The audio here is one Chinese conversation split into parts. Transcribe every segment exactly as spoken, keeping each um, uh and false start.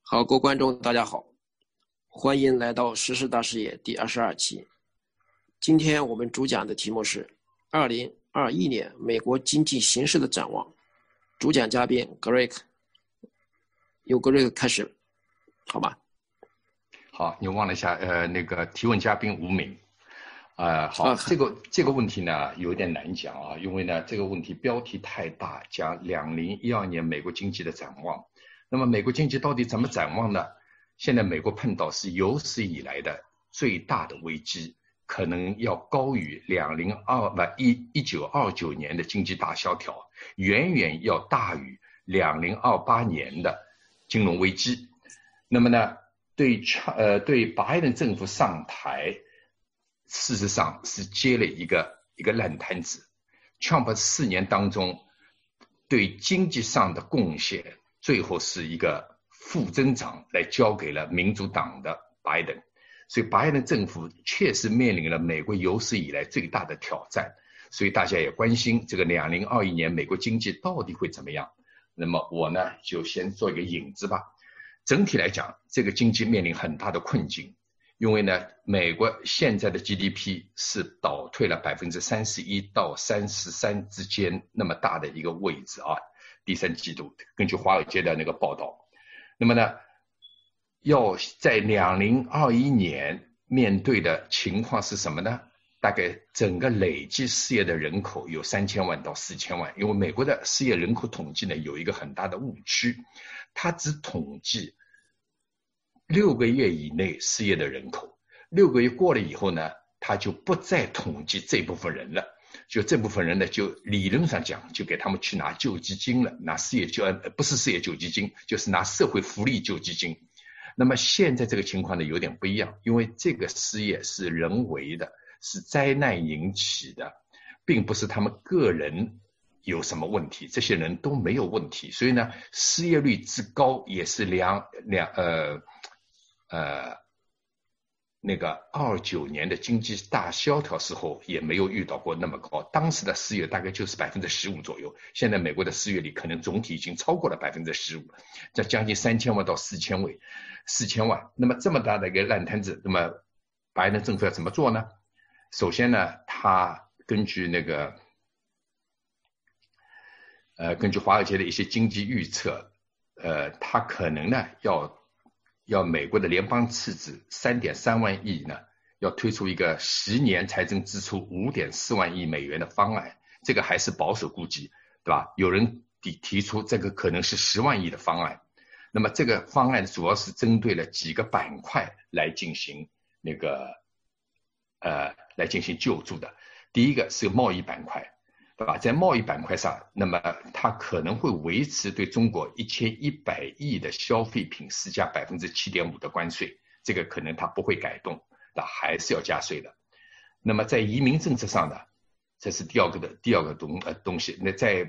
好，各位观众，大家好，欢迎来到时事大视野第二十二期。今天我们主讲的题目是二零二一年美国经济形势的展望。主讲嘉宾 Greg， 由 Greg 开始，好吗？ 好，你忘了一下，呃，那个提问嘉宾吴敏。呃，好， 啊、 这个这个问题呢有点难讲啊，因为呢这个问题标题太大，讲二零一二年美国经济的展望。那么美国经济到底怎么展望呢？现在美国碰到是有史以来的最大的危机，可能要高于二零二不一一九二九年的经济大萧条，远远要大于二零二八年的金融危机。那么呢，对呃对拜登政府上台，事实上是接了一个一个烂摊子。Trump 四年当中对经济上的贡献，最后是一个负增长来交给了民主党的拜登，所以拜登政府确实面临了美国有史以来最大的挑战，所以大家也关心这个二零二一年美国经济到底会怎么样。那么我呢就先做一个引子吧。整体来讲，这个经济面临很大的困境，因为呢美国现在的 G D P 是倒退了 百分之三十一 到三十三之间那么大的一个位置啊。第三季度根据华尔街的那个报道，那么呢要在二零二一年面对的情况是什么呢？大概整个累计失业的人口有三千万到四千万，因为美国的失业人口统计呢有一个很大的误区，它只统计六个月以内失业的人口，六个月过了以后呢，它就不再统计这部分人了。就这部分人呢，就理论上讲，就给他们去拿救济金了，拿失业救呃不是失业救济金，就是拿社会福利救济金。那么现在这个情况呢有点不一样，因为这个失业是人为的，是灾难引起的，并不是他们个人有什么问题，这些人都没有问题，所以呢，失业率之高也是两两呃呃。那个二九年的经济大萧条时候也没有遇到过那么高，当时的失业大概就是百分之十五左右，现在美国的失业率可能总体已经超过了百分之十五，这将近三千万到四千位，四千万。那么这么大的一个烂摊子，那么拜登政府要怎么做呢？首先呢，他根据那个，呃，根据华尔街的一些经济预测，呃，他可能呢要。要美国的联邦赤字 三点三万亿呢，要推出一个十年财政支出 五点四万亿美元的方案，这个还是保守估计，对吧？有人提提出这个可能是十万亿的方案。那么这个方案主要是针对了几个板块来进行那个呃来进行救助的。第一个是贸易板块，对吧？在贸易板块上，那么它可能会维持对中国一千一百亿的消费品施加 百分之七点五 的关税，这个可能它不会改动，那还是要加税的。那么在移民政策上呢，这是第二个的第二个东呃东西。那在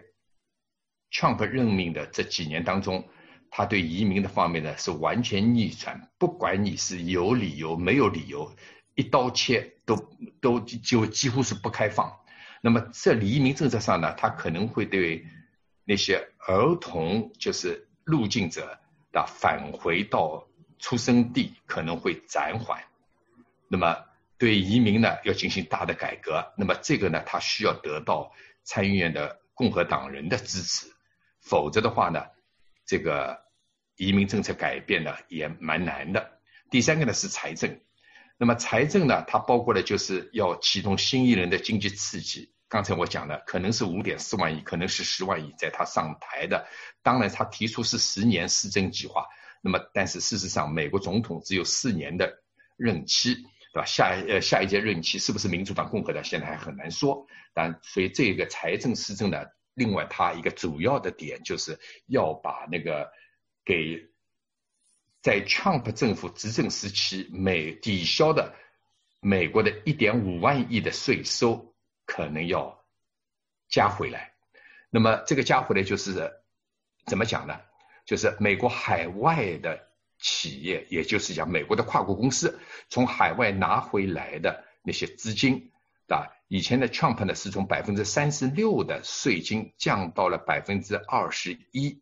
Trump 任命的这几年当中，他对移民的方面呢是完全逆转，不管你是有理由没有理由，一刀切都都就几乎是不开放。那么这移民政策上呢，他可能会对那些儿童，就是入境者的返回到出生地可能会暂缓。那么对移民呢要进行大的改革，那么这个呢他需要得到参议院的共和党人的支持，否则的话呢，这个移民政策改变呢也蛮难的。第三个呢是财政。那么财政呢，它包括了就是要启动新一轮的经济刺激。刚才我讲的可能是 五点四万亿，可能是十万亿，在他上台的，当然他提出是十年施政计划，那么但是事实上美国总统只有四年的任期，对吧？下呃下一届任期是不是民主党共和党现在还很难说，但所以这个财政施政呢，另外它一个主要的点就是要把那个给在 Trump 政府执政时期美抵消的美国的 一点五万亿的税收可能要加回来。那么这个加回来就是怎么讲呢？就是美国海外的企业，也就是讲美国的跨国公司从海外拿回来的那些资金啊，以前的 Trump 呢是从 百分之三十六 的税金降到了 百分之二十一，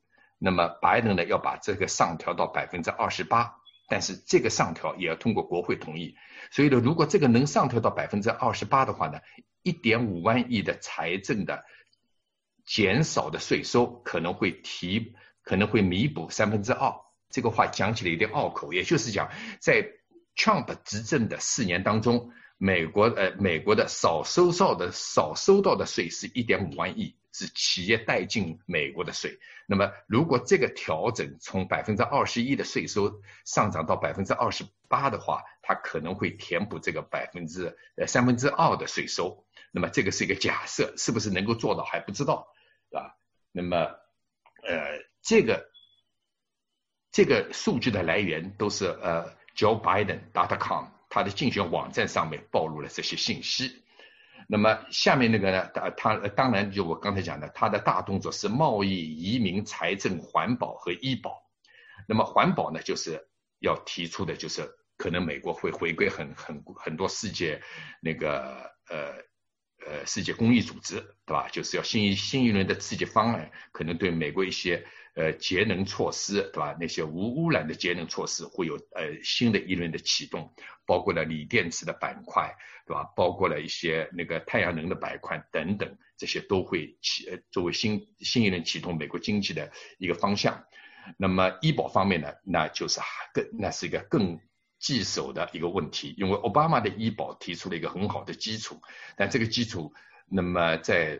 那么拜登呢要把这个上调到百分之二十八，但是这个上调也要通过国会同意。所以呢，如果这个能上调到百分之二十八的话呢，一点五万亿的财政的减少的税收可能会提，可能会弥补三分之二。这个话讲起来有点拗口，也就是讲，在 Trump 执政的四年当中，美国呃美国的少收到的少收到的税是一点五万亿，是企业带进美国的税。那么如果这个调整从百分之二十一的税收上涨到百分之二十八的话，它可能会填补这个百分之呃三分之二的税收。那么这个是一个假设，是不是能够做到还不知道，对吧？那么呃这个这个数据的来源都是呃 Joe Biden dot com 他的竞选网站上面暴露了这些信息。那么下面那个呢，他他当然就我刚才讲的，他的大动作是贸易、移民、财政、环保和医保。那么环保呢，就是要提出的就是可能美国会回归很很很多世界那个呃呃世界公益组织，对吧？就是要新一新一轮的刺激方案，可能对美国一些呃节能措施，对吧？那些无污染的节能措施会有呃新的一轮的启动，包括了锂电池的板块，对吧？包括了一些那个太阳能的板块等等，这些都会启作为新新一轮启动美国经济的一个方向。那么医保方面呢，那就是更那是一个更棘手的一个问题，因为奥巴马的医保提出了一个很好的基础，但这个基础那么在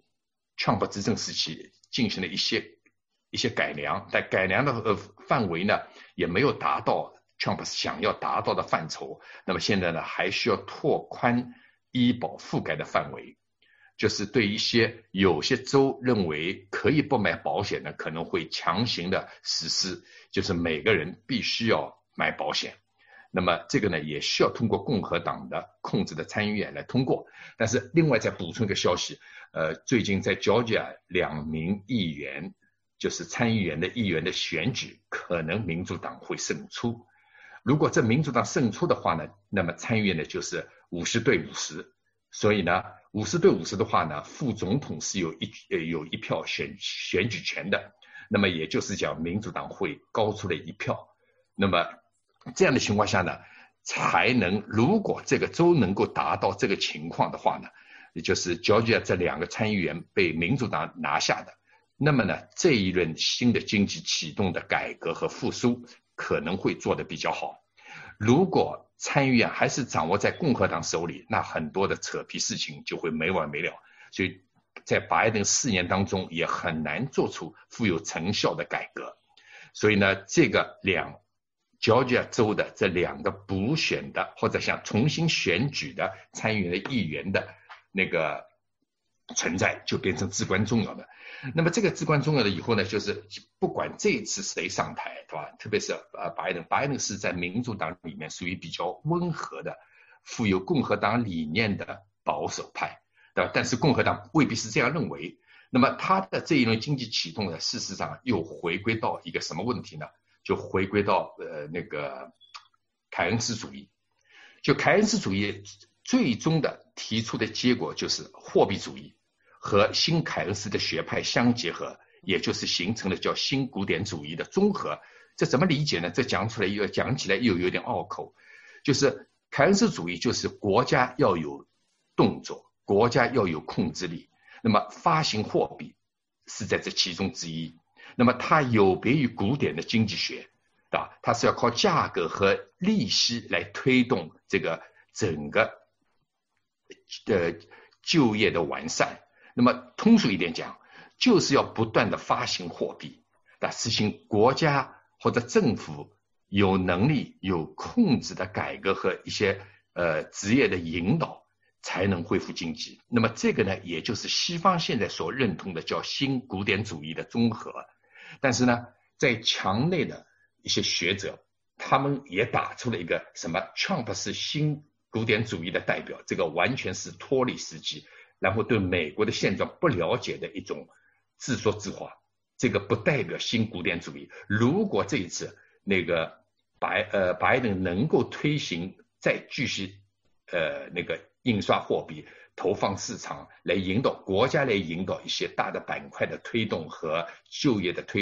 Trump 执政时期进行了一些一些改良，但改良的呃范围呢也没有达到 Trump 想要达到的范畴。那么现在呢还需要拓宽医保覆盖的范围，就是对一些有些州认为可以不买保险的，可能会强行的实施，就是每个人必须要买保险。那么这个呢也需要通过共和党的控制的参议院来通过。但是另外再补充一个消息，呃，最近在 Georgia 两名议员，就是参议员的议员的选举，可能民主党会胜出。如果这民主党胜出的话呢，那么参议院呢就是五十对五十，所以呢五十对五十的话呢，副总统是有一呃有一票选选举权的，那么也就是讲民主党会高出了一票。那么这样的情况下呢，才能如果这个州能够达到这个情况的话呢，也就是 Georgia 这两个参议员被民主党拿下的，那么呢这一轮新的经济启动的改革和复苏可能会做得比较好。如果参议院还是掌握在共和党手里，那很多的扯皮事情就会没完没了。所以在拜登四年当中也很难做出富有成效的改革。所以呢，这个两Georgia 州的这两个补选的或者想重新选举的参议员的议员的那个存在就变成至关重要的。那么这个至关重要的以后呢，就是不管这一次谁上台，对吧？特别是呃拜登，拜登是在民主党里面属于比较温和的、富有共和党理念的保守派，对吧？但是共和党未必是这样认为。那么他的这一轮经济启动呢，事实上又回归到一个什么问题呢？就回归到呃那个凯恩斯主义。就凯恩斯主义最终的提出的结果就是货币主义和新凯恩斯的学派相结合，也就是形成了叫新古典主义的综合。这怎么理解呢？这讲出来又讲起来又有点拗口。就是凯恩斯主义就是国家要有动作，国家要有控制力，那么发行货币是在这其中之一。那么它有别于古典的经济学，对吧？它是要靠价格和利息来推动这个整个呃就业的完善。那么通俗一点讲，就是要不断的发行货币，来实行国家或者政府有能力有控制的改革和一些呃职业的引导，才能恢复经济。那么这个呢，也就是西方现在所认同的叫新古典主义的综合。但是呢，在墙内的一些学者，他们也打出了一个什么 Trump 是新古典主义的代表，这个完全是脱离实际，然后对美国的现状不了解的一种自说自话，这个不代表新古典主义。如果这一次那个拜呃拜登能够推行再继续呃那个印刷货币投放市场，来引导国家来引导一些大的板块的推动和就业的推动，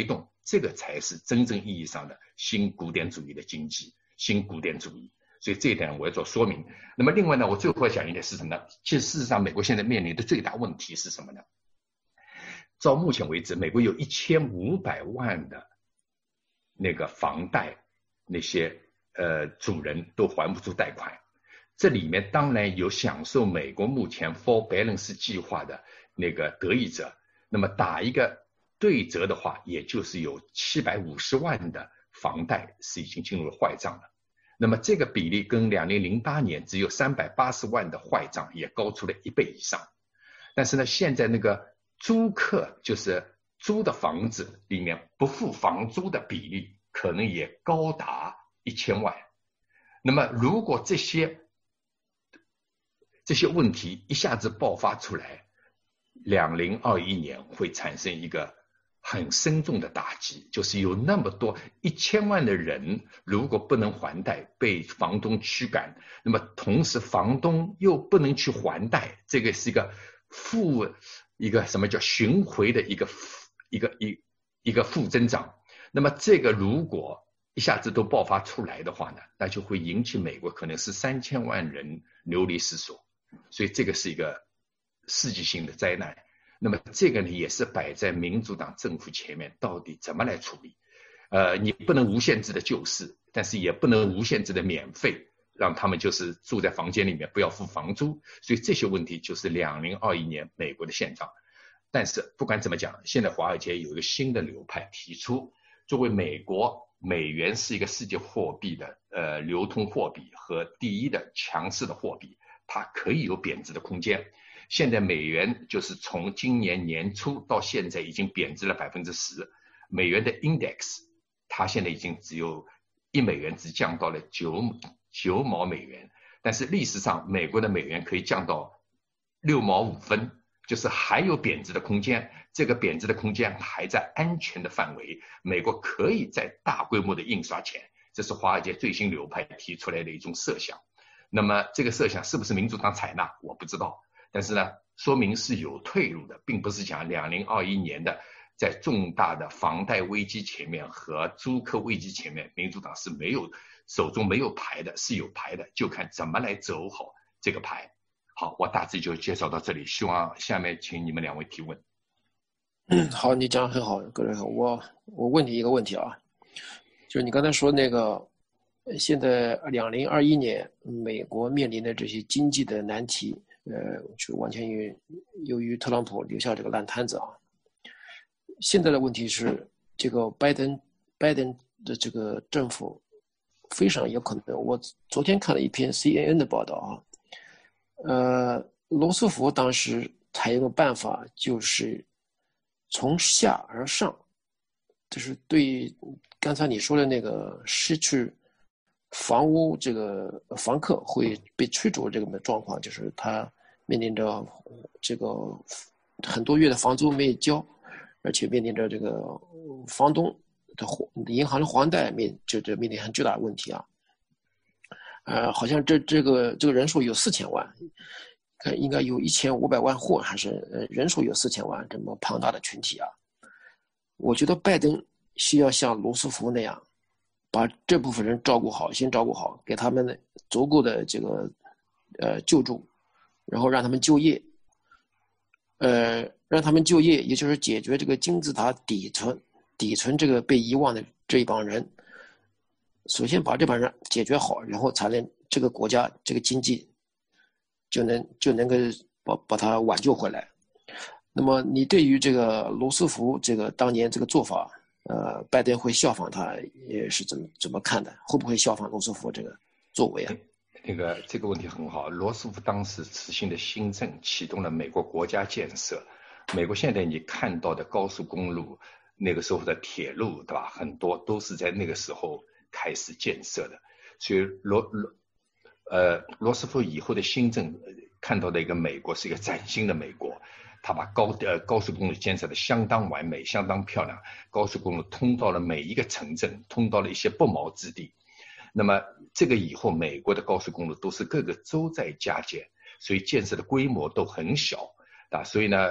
这个才是真正意义上的新古典主义的经济，新古典主义。所以这一点我要做说明。那么另外呢，我最后要讲一点是什么呢？其实事实上美国现在面临的最大问题是什么呢？到目前为止，美国有一千五百万的那个房贷，那些呃主人都还不出贷款。这里面当然有享受美国目前 forbearance 计划的那个得益者，那么打一个对折的话，也就是有七百五十万的房贷是已经进入了坏账了。那么这个比例跟二零零八年只有三百八十万的坏账也高出了一倍以上。但是呢，现在那个租客，就是租的房子里面不付房租的比例可能也高达一千万。那么如果这些这些问题一下子爆发出来，二零二一年会产生一个很深重的打击，就是有那么多一千万的人如果不能还贷，被房东驱赶，那么同时房东又不能去还贷，这个是一个负一个什么叫巡回的一个一个一一个负增长。那么这个如果一下子都爆发出来的话呢，那就会引起美国可能是三千万人流离失所，所以这个是一个世纪性的灾难。那么这个呢，也是摆在民主党政府前面，到底怎么来处理？呃，你不能无限制的救市，但是也不能无限制的免费，让他们就是住在房间里面不要付房租。所以这些问题就是二零二一年美国的现状。但是不管怎么讲，现在华尔街有一个新的流派提出，作为美国美元是一个世界货币的呃流通货币和第一的强势的货币，它可以有贬值的空间。现在美元就是从今年年初到现在已经贬值了百分之十，美元的 index 它现在已经只有一美元，只降到了九九毛美元，但是历史上美国的美元可以降到六毛五分，就是还有贬值的空间，这个贬值的空间还在安全的范围，美国可以在大规模的印刷钱，这是华尔街最新流派提出来的一种设想。那么这个设想是不是民主党采纳，我不知道。但是呢，说明是有退路的，并不是讲二零二一年的在重大的房贷危机前面和租客危机前面，民主党是没有手中没有牌的，是有牌的，就看怎么来走好这个牌。好，我大致就介绍到这里，希望下面请你们两位提问。 嗯，好，你讲得很好，各位好，我我问你一个问题啊，就是你刚才说那个，现在二零二一年美国面临的这些经济的难题。呃，就完全由由于特朗普留下这个烂摊子啊。现在的问题是，这个拜登拜登的这个政府非常有可能，我昨天看了一篇 C N N 的报道啊，呃，罗斯福当时采用的办法就是从下而上，就是对刚才你说的那个失去房屋这个房客会被驱逐这个的状况，就是他面临着这个很多月的房租没有交，而且面临着这个房东的银行的还贷面就这面临很巨大的问题啊。呃，好像这这个这个人数有四千万，看应该有一千五百万户，还是呃人数有四千万这么庞大的群体啊。我觉得拜登需要像罗斯福那样，把这部分人照顾好，先照顾好，给他们足够的这个呃救助，然后让他们就业，呃，让他们就业，也就是解决这个金字塔底层底层这个被遗忘的这一帮人。首先把这帮人解决好，然后才能这个国家这个经济就能就能够把把它挽救回来。那么你对于这个罗斯福这个当年这个做法，呃，拜登会效仿他，也是怎么怎么看的？会不会效仿罗斯福这个作为啊？ 那个这个问题很好，罗斯福当时执行的新政启动了美国国家建设。美国现在你看到的高速公路，那个时候的铁路，对吧？很多都是在那个时候开始建设的。所以罗罗呃罗斯福以后的新政看到的一个美国是一个崭新的美国。他把高呃高速公路建设的相当完美，相当漂亮。高速公路通到了每一个城镇，通到了一些不毛之地。那么这个以后美国的高速公路都是各个州在加建，所以建设的规模都很小啊。所以呢，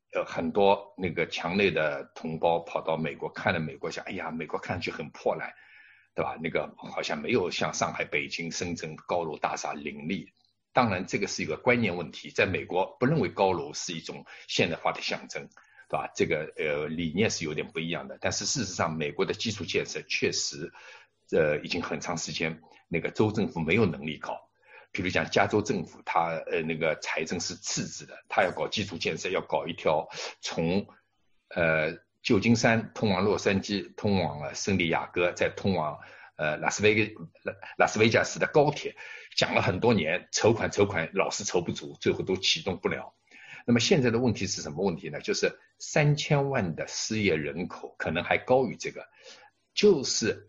呃很多那个墙内的同胞跑到美国看了美国，想，哎呀，美国看上去很破烂，对吧？那个好像没有像上海、北京、深圳高楼大厦林立。当然，这个是一个观念问题，在美国不认为高楼是一种现代化的象征，对吧？这个呃理念是有点不一样的。但是事实上，美国的基础建设确实，呃，已经很长时间那个州政府没有能力搞。比如讲，加州政府它呃那个财政是赤字的，它要搞基础建设，要搞一条从呃旧金山通往洛杉矶、通往了圣地亚哥，再通往呃拉斯维拉拉斯维加斯的高铁，讲了很多年，筹款筹款老是筹不足，最后都启动不了。那么现在的问题是什么问题呢？就是三千万的失业人口，可能还高于这个，就是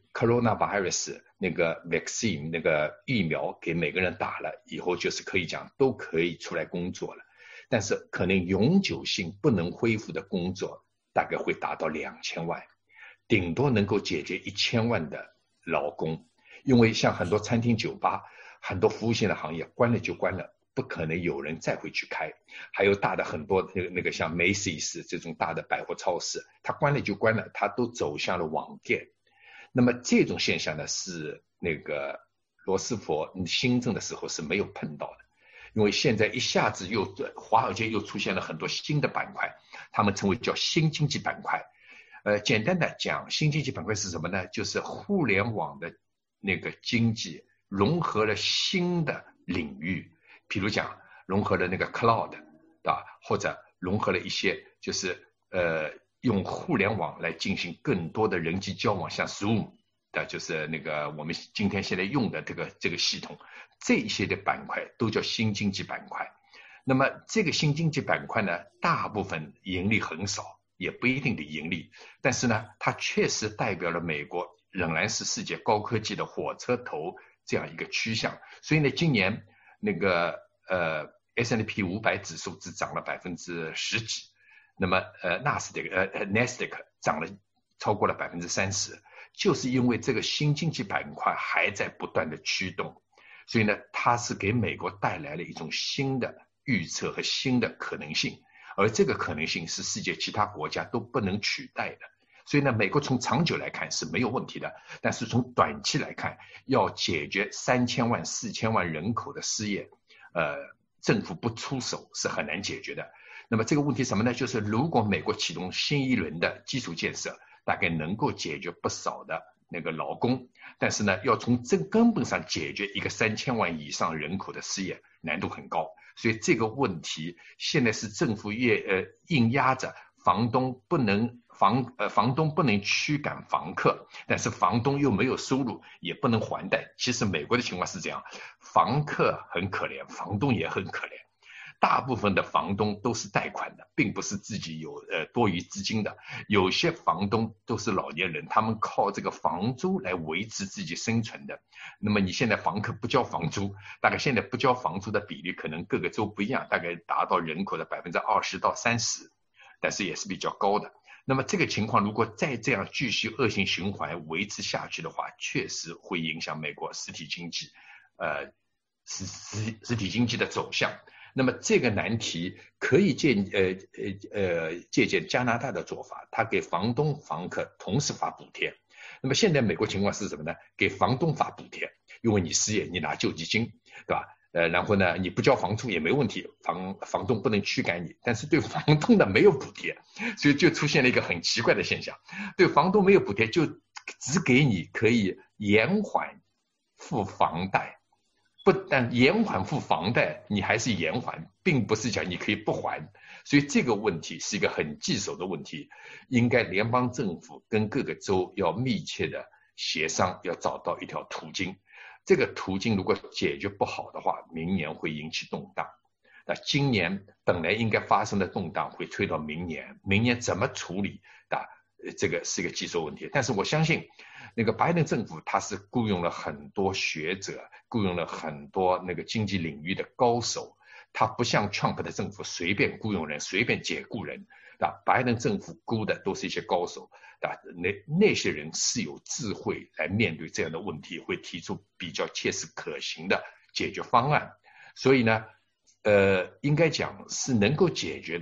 coronavirus 那个 vaccine 那个疫苗给每个人打了以后，就是可以讲都可以出来工作了，但是可能永久性不能恢复的工作大概会达到两千万，顶多能够解决一千万的劳工，因为像很多餐厅、酒吧、很多服务性的行业关了就关了，不可能有人再会去开。还有大的很多那个那个像 Macy's 这种大的百货超市，它关了就关了，它都走向了网店。那么这种现象呢，是那个罗斯福新政的时候是没有碰到的，因为现在一下子又华尔街又出现了很多新的板块，他们称为叫新经济板块。呃，简单的讲，新经济板块是什么呢？就是互联网的那个经济融合了新的领域，比如讲融合了那个 cloud， 对吧？或者融合了一些就是呃用互联网来进行更多的人际交往，像 Zoom 的，就是那个我们今天现在用的这个这个系统，这些的板块都叫新经济板块。那么这个新经济板块呢，大部分盈利很少，也不一定的盈利，但是呢，它确实代表了美国仍然是世界高科技的火车头这样一个趋向。所以呢，今年那个呃 S and P 五百指数只涨了百分之十几。那么，呃，纳斯达克呃 Nasdaq 涨了超过了百分之三十，就是因为这个新经济板块还在不断的驱动，所以呢，它是给美国带来了一种新的预测和新的可能性，而这个可能性是世界其他国家都不能取代的。所以呢，美国从长久来看是没有问题的，但是从短期来看，要解决三千万、四千万人口的失业，呃，政府不出手是很难解决的。那么这个问题什么呢？就是如果美国启动新一轮的基础建设，大概能够解决不少的那个劳工，但是呢，要从真根本上解决一个三千万以上人口的失业，难度很高。所以这个问题现在是政府越呃硬压着房东不能房呃房东不能驱赶房客，但是房东又没有收入，也不能还贷。其实美国的情况是这样，房客很可怜，房东也很可怜。大部分的房东都是贷款的，并不是自己有呃多余资金的。有些房东都是老年人，他们靠这个房租来维持自己生存的。那么你现在房客不交房租，大概现在不交房租的比例可能各个州不一样，大概达到人口的百分之二十到三十，但是也是比较高的。那么这个情况如果再这样继续恶性循环维持下去的话，确实会影响美国实体经济，呃，实实实体经济的走向。那么这个难题可以借呃呃呃借鉴加拿大的做法，他给房东房客同时发补贴。那么现在美国情况是什么呢？给房东发补贴，因为你失业你拿救济金，对吧？呃，然后呢你不交房租也没问题，房房东不能驱赶你，但是对房东呢没有补贴，所以就出现了一个很奇怪的现象，对房东没有补贴，就只给你可以延缓付房贷。不但延缓付房贷，你还是延缓，并不是讲你可以不还。所以这个问题是一个很棘手的问题，应该联邦政府跟各个州要密切的协商，要找到一条途径。这个途径如果解决不好的话，明年会引起动荡。那今年本来应该发生的动荡会推到明年，明年怎么处理的？这个是一个棘手问题。但是我相信那个拜登政府他是雇佣了很多学者，雇佣了很多那个经济领域的高手，他不像 Trump 的政府随便雇佣人随便解雇人，拜登政府雇的都是一些高手，那那些人是有智慧来面对这样的问题，会提出比较切实可行的解决方案。所以呢呃，应该讲是能够解决的，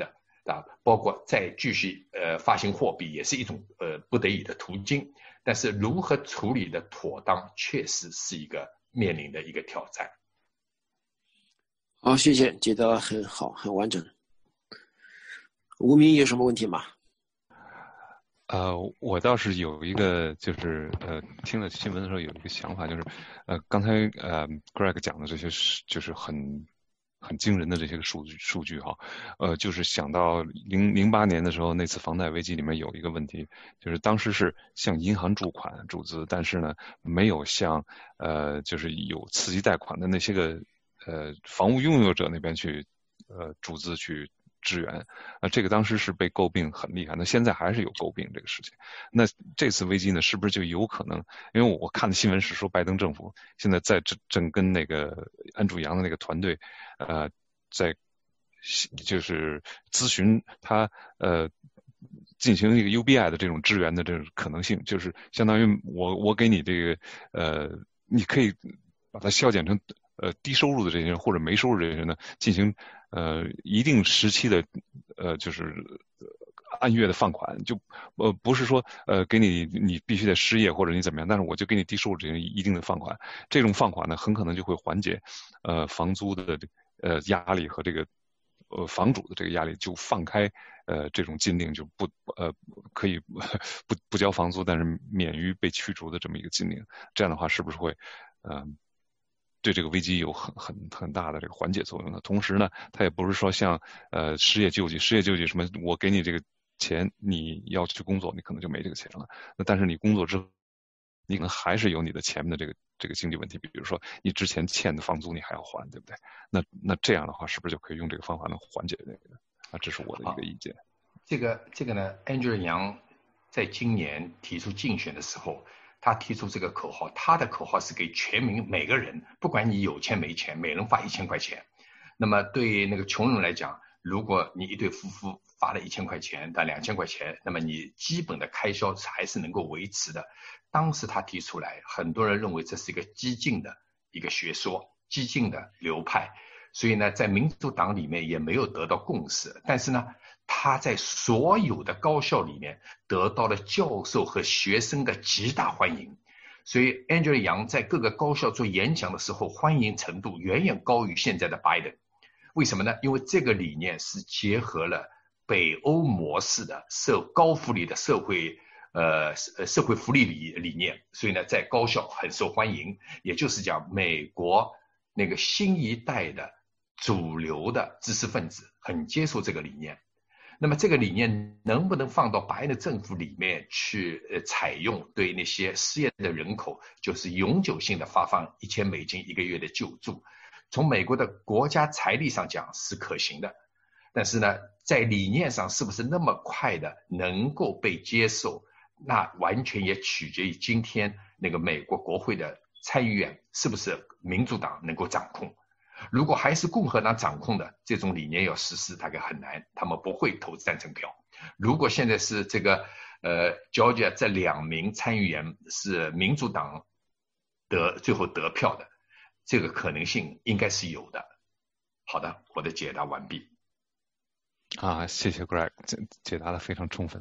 啊，包括再继续呃发行货币也是一种呃不得已的途径。但是如何处理的妥当，确实是一个面临的一个挑战。 好，谢谢，解答得很好，很完整。吴明有什么问题吗？ 呃，我倒是有一个，就是呃，听了新闻的时候有一个想法，就是呃，刚才呃，Greg 讲的这些是就是很很惊人的这些数据数据哈，呃，就是想到零零八年的时候那次房贷危机里面有一个问题，就是当时是向银行注款注资，但是呢没有向呃就是有刺激贷款的那些个呃房屋拥有者那边去呃注资去支援。啊，这个当时是被诟病很厉害，那现在还是有诟病这个事情。那这次危机呢，是不是就有可能？因为我看的新闻是说，拜登政府现在在正正跟那个安主阳的那个团队，呃，在就是咨询他呃进行一个 U B I 的这种支援的这种可能性，就是相当于我我给你这个呃，你可以把它削减成呃低收入的这些人或者没收入这些人呢进行。呃，一定时期的，呃，就是按月的放款，就呃不是说呃给你你必须得失业或者你怎么样，但是我就给你低收入这些一定的放款，这种放款呢，很可能就会缓解呃房租的呃压力和这个呃房主的这个压力，就放开呃这种禁令，就不呃可以不不交房租，但是免于被驱逐的这么一个禁令，这样的话是不是会嗯？呃对这个危机有很很很大的这个缓解作用的。同时呢，它也不是说像呃失业救济，失业救济什么，我给你这个钱，你要去工作，你可能就没这个钱了。那但是你工作之后，你可能还是有你的前面的这个这个经济问题，比如说你之前欠的房租你还要还，对不对？那那这样的话，是不是就可以用这个方法能缓解这个？啊，这是我的一个意见。 这个这个呢 ，Andrew Yang 在今年提出竞选的时候。他提出这个口号，他的口号是给全民每个人，不管你有钱没钱，每人发一千块钱。那么对那个穷人来讲，如果你一对夫妇发了一千块钱到两千块钱，那么你基本的开销还是能够维持的。当时他提出来，很多人认为这是一个激进的一个学说，激进的流派，所以呢，在民主党里面也没有得到共识。但是呢，他在所有的高校里面得到了教授和学生的极大欢迎，所以 Andrew Yang 在各个高校做演讲的时候，欢迎程度远远高于现在的 Biden。为什么呢？因为这个理念是结合了北欧模式的社高福利的社会呃社会福利理理念，所以呢，在高校很受欢迎。也就是讲，美国那个新一代的主流的知识分子很接受这个理念。那么这个理念能不能放到白人政府里面去呃采用，对那些失业的人口就是永久性的发放一千美金一个月的救助，从美国的国家财力上讲是可行的，但是呢，在理念上是不是那么快的能够被接受，那完全也取决于今天那个美国国会的参议院是不是民主党能够掌控。如果还是共和党掌控的，这种理念要实施大概很难，他们不会投赞成票。如果现在是这个呃 Georgia 这两名参议员是民主党得最后得票的，这个可能性应该是有的。好的，我的解答完毕。 啊，谢谢 Greg， 解解答的非常充分。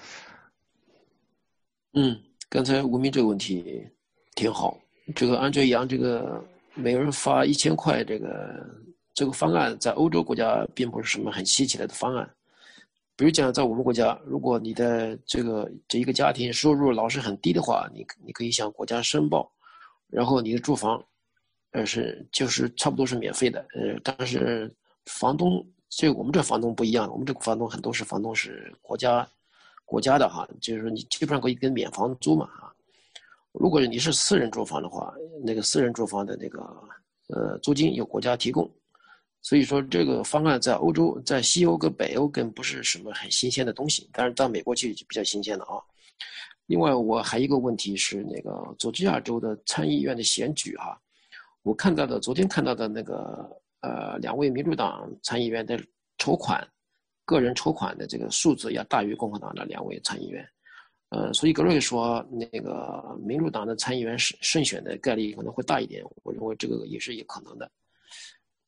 嗯，刚才吴明这个问题挺好。这个安哲阳这个每人发一千块，这个这个方案在欧洲国家并不是什么很稀奇的方案。比如讲，在我们国家，如果你的这个这一个家庭收入老是很低的话，你你可以向国家申报，然后你的住房，呃是就是差不多是免费的，呃，但是房东，这我们这房东不一样，我们这个房东很多是房东是国家国家的哈，就是说你基本上可以跟免房租嘛哈。如果你是私人住房的话，那个私人住房的那个呃租金由国家提供，所以说这个方案在欧洲、在西欧跟北欧更不是什么很新鲜的东西，但是到美国去就比较新鲜了啊。另外，我还有一个问题是那个佐治亚州的参议院的选举哈，我看到的昨天看到的那个呃两位民主党参议员的筹款，个人筹款的这个数字要大于共和党的两位参议员。呃，所以格瑞说，那个民主党的参议员胜胜选的概率可能会大一点，我认为这个也是有可能的。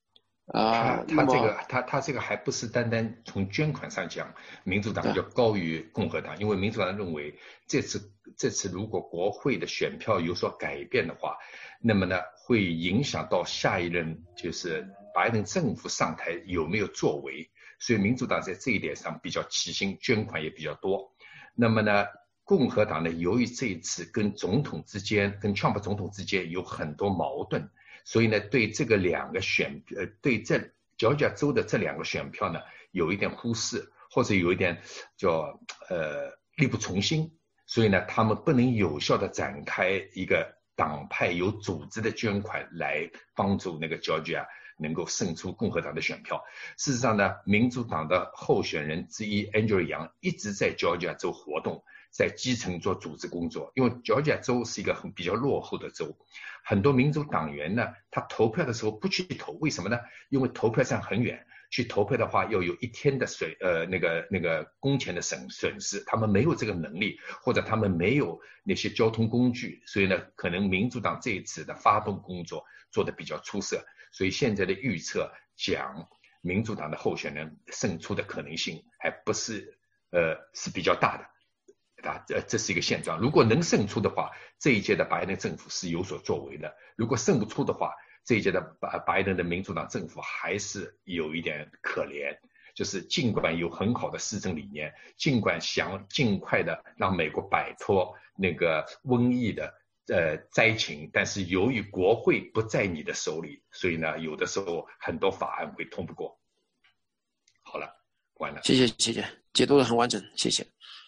啊、 他那么他这个他他这个还不是单单从捐款上讲，民主党对要高于共和党，因为民主党认为这次这次如果国会的选票有所改变的话，那么呢会影响到下一任就是拜登政府上台有没有作为，所以民主党在这一点上比较齐心，捐款也比较多。那么呢，共和党呢，由于这一次跟总统之间，跟川普总统之间有很多矛盾。所以呢，对这个两个选，呃，对这乔治亚州的这两个选票呢，有一点忽视，或者有一点叫呃力不从心。所以呢，他们不能有效的展开一个党派有组织的捐款来帮助那个乔治亚能够胜出共和党的选票。事实上呢，民主党的候选人之一 Andrew Yang 一直在乔治亚州活动，在基层做组织工作，因为乔治亚州是一个很比较落后的州。很多民主党员呢，他投票的时候不去投，为什么呢？因为投票站很远，去投票的话要有一天的水呃那个那个工钱的损损失，他们没有这个能力，或者他们没有那些交通工具，所以呢，可能民主党这一次的发动工作做得比较出色，所以现在的预测讲民主党的候选人胜出的可能性还不是呃是比较大的。啊，这这是一个现状。如果能胜出的话，这一届的拜登政府是有所作为的；如果胜不出的话，这一届的拜拜登的民主党政府还是有一点可怜。就是尽管有很好的施政理念，尽管想尽快的让美国摆脱那个瘟疫的呃灾情，但是由于国会不在你的手里，所以呢，有的时候很多法案会通不过。好了，完了。 谢谢谢谢，解读的很完整，谢谢。